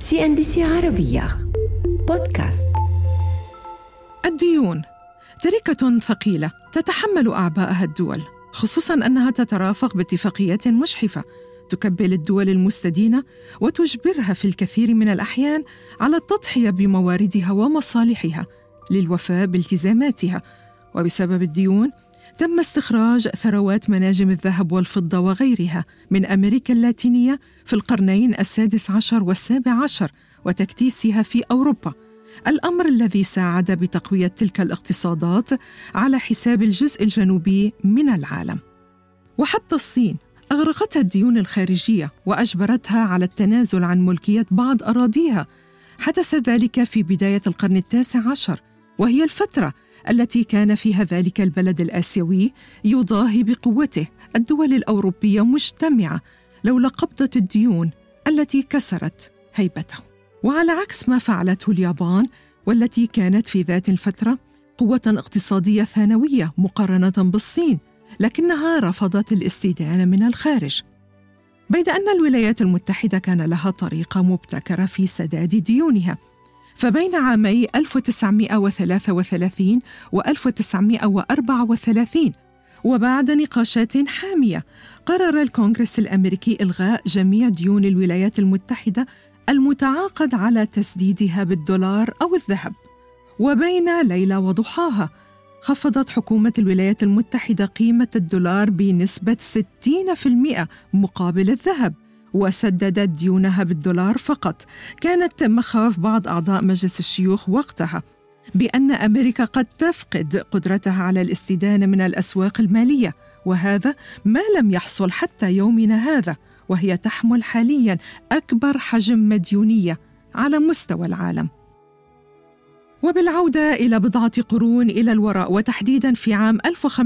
CNBC عربية بودكاست. الديون تركة ثقيلة تتحمل أعباءها الدول، خصوصاً أنها تترافق باتفاقيات مجحفة تكبل الدول المستدينة وتجبرها في الكثير من الأحيان على التضحية بمواردها ومصالحها للوفاء بالتزاماتها. وبسبب الديون تم استخراج ثروات مناجم الذهب والفضة وغيرها من أمريكا اللاتينية في القرنين السادس عشر والسابع عشر وتكديسها في أوروبا، الأمر الذي ساعد بتقوية تلك الاقتصادات على حساب الجزء الجنوبي من العالم. وحتى الصين أغرقتها الديون الخارجية وأجبرتها على التنازل عن ملكية بعض أراضيها. حدث ذلك في بداية القرن التاسع عشر، وهي الفترة التي كان فيها ذلك البلد الآسيوي يضاهي بقوته الدول الأوروبية مجتمعة لولا قبضة الديون التي كسرت هيبته. وعلى عكس ما فعلته اليابان، والتي كانت في ذات الفترة قوة اقتصادية ثانوية مقارنة بالصين، لكنها رفضت الاستدانة من الخارج. بيد أن الولايات المتحدة كان لها طريقة مبتكرة في سداد ديونها، فبين عامي 1933 و 1934 وبعد نقاشات حامية قرر الكونغرس الأمريكي إلغاء جميع ديون الولايات المتحدة المتعاقد على تسديدها بالدولار أو الذهب. وبين ليلة وضحاها خفضت حكومة الولايات المتحدة قيمة الدولار بنسبة 60% مقابل الذهب، وسددت ديونها بالدولار فقط. كانت مخاوف بعض أعضاء مجلس الشيوخ وقتها بأن أمريكا قد تفقد قدرتها على الاستدانة من الأسواق المالية، وهذا ما لم يحصل حتى يومنا هذا، وهي تحمل حالياً أكبر حجم مديونية على مستوى العالم. وبالعودة إلى بضعة قرون إلى الوراء، وتحديداً في عام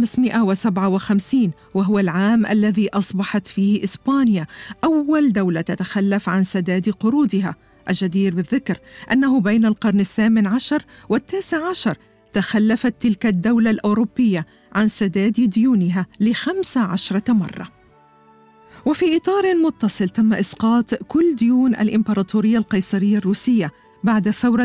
1557، وهو العام الذي أصبحت فيه إسبانيا أول دولة تتخلف عن سداد قروضها. الجدير بالذكر أنه بين القرن الثامن عشر والتاسع عشر تخلفت تلك الدولة الأوروبية عن سداد ديونها ل15 مرة. وفي إطار متصل تم إسقاط كل ديون الإمبراطورية القيصرية الروسية بعد ثورة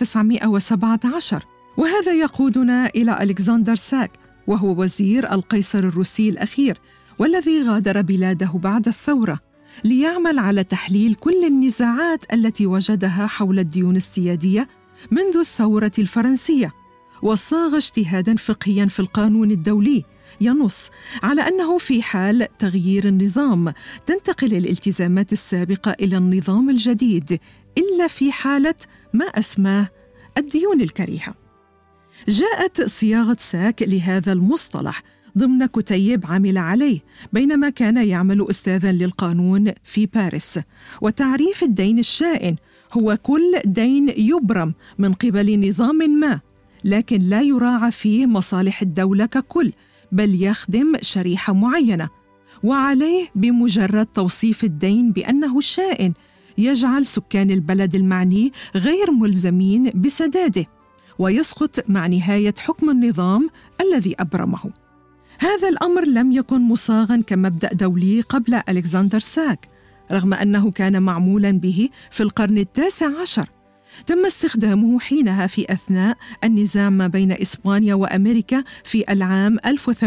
1917، وهذا يقودنا إلى ألكسندر ساك، وهو وزير القيصر الروسي الأخير والذي غادر بلاده بعد الثورة ليعمل على تحليل كل النزاعات التي وجدها حول الديون السيادية منذ الثورة الفرنسية. وصاغ اجتهاداً فقهياً في القانون الدولي ينص على أنه في حال تغيير النظام تنتقل الالتزامات السابقة إلى النظام الجديد، إلا في حالة ما أسماه الديون الكريهة. جاءت صياغة ساك لهذا المصطلح ضمن كتيب عمل عليه بينما كان يعمل أستاذاً للقانون في باريس. وتعريف الدين الشائن هو كل دين يبرم من قبل نظام ما، لكن لا يراعى فيه مصالح الدولة ككل، بل يخدم شريحة معينة، وعليه بمجرد توصيف الدين بأنه شائن يجعل سكان البلد المعني غير ملزمين بسداده، ويسقط مع نهاية حكم النظام الذي أبرمه. هذا الأمر لم يكن مصاغاً كمبدأ دولي قبل ألكسندر ساك، رغم أنه كان معمولاً به في القرن التاسع عشر. تم استخدامه حينها في أثناء النزاع ما بين إسبانيا وأمريكا في العام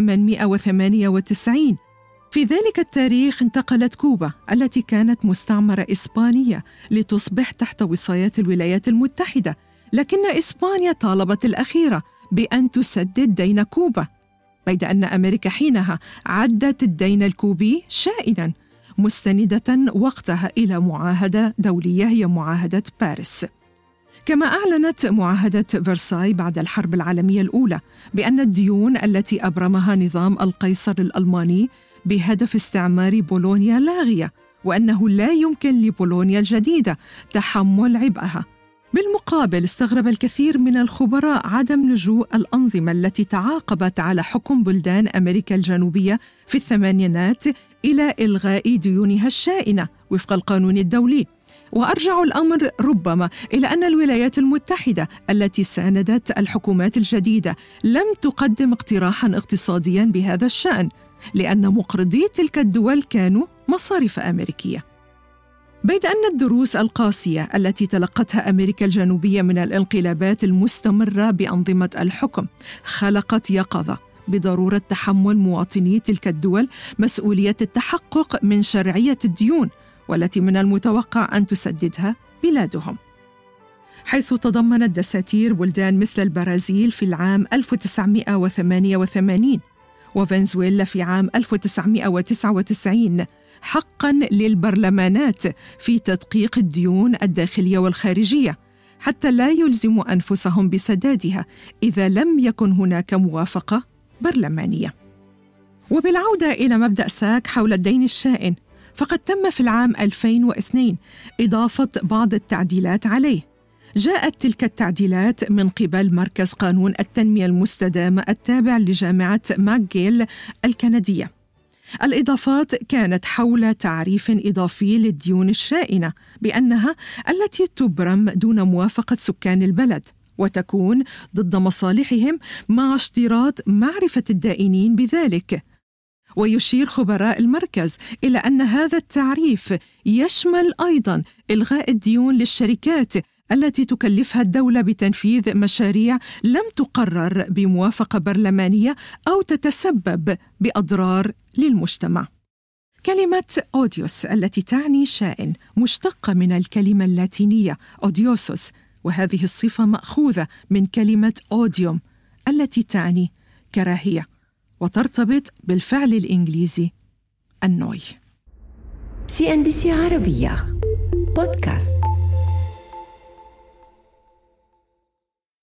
1898. في ذلك التاريخ انتقلت كوبا التي كانت مستعمرة إسبانية لتصبح تحت وصاية الولايات المتحدة، لكن إسبانيا طالبت الأخيرة بأن تسدد دين كوبا، بيد أن أمريكا حينها عدت الدين الكوبي شائناً، مستندة وقتها إلى معاهدة دولية هي معاهدة باريس. كما أعلنت معاهدة فرساي بعد الحرب العالمية الأولى بأن الديون التي أبرمها نظام القيصر الألماني بهدف استعمار بولونيا لاغية، وأنه لا يمكن لبولونيا الجديدة تحمل عبئها. بالمقابل استغرب الكثير من الخبراء عدم لجوء الأنظمة التي تعاقبت على حكم بلدان أمريكا الجنوبية في الثمانينات إلى إلغاء ديونها الشائنة وفق القانون الدولي. وأرجع الأمر ربما إلى أن الولايات المتحدة التي ساندت الحكومات الجديدة لم تقدم اقتراحاً اقتصادياً بهذا الشأن، لأن مقرضي تلك الدول كانوا مصارف أمريكية. بيد أن الدروس القاسية التي تلقتها أمريكا الجنوبية من الانقلابات المستمرة بأنظمة الحكم خلقت يقظة بضرورة تحمل مواطني تلك الدول مسؤولية التحقق من شرعية الديون والتي من المتوقع أن تسددها بلادهم. حيث تضمنت دساتير بلدان مثل البرازيل في العام 1988 وفنزويلا في عام 1999 حقاً للبرلمانات في تدقيق الديون الداخلية والخارجية حتى لا يلزموا أنفسهم بسدادها إذا لم يكن هناك موافقة برلمانية. وبالعودة إلى مبدأ ساك حول الدين الشائن، فقد تم في العام 2002 إضافة بعض التعديلات عليه. جاءت تلك التعديلات من قبل مركز قانون التنمية المستدامة التابع لجامعة ماكجيل الكندية. الإضافات كانت حول تعريف إضافي للديون الشائنة بأنها التي تبرم دون موافقة سكان البلد وتكون ضد مصالحهم مع اشتراط معرفة الدائنين بذلك. ويشير خبراء المركز إلى أن هذا التعريف يشمل أيضاً إلغاء الديون للشركات التي تكلفها الدولة بتنفيذ مشاريع لم تقرر بموافقة برلمانية أو تتسبب بأضرار للمجتمع. كلمة أوديوس التي تعني شائن مشتقة من الكلمة اللاتينية أوديوسوس، وهذه الصفة مأخوذة من كلمة أوديوم التي تعني كراهية وترتبط بالفعل الإنجليزي النوي. CNBC عربية بودكاست.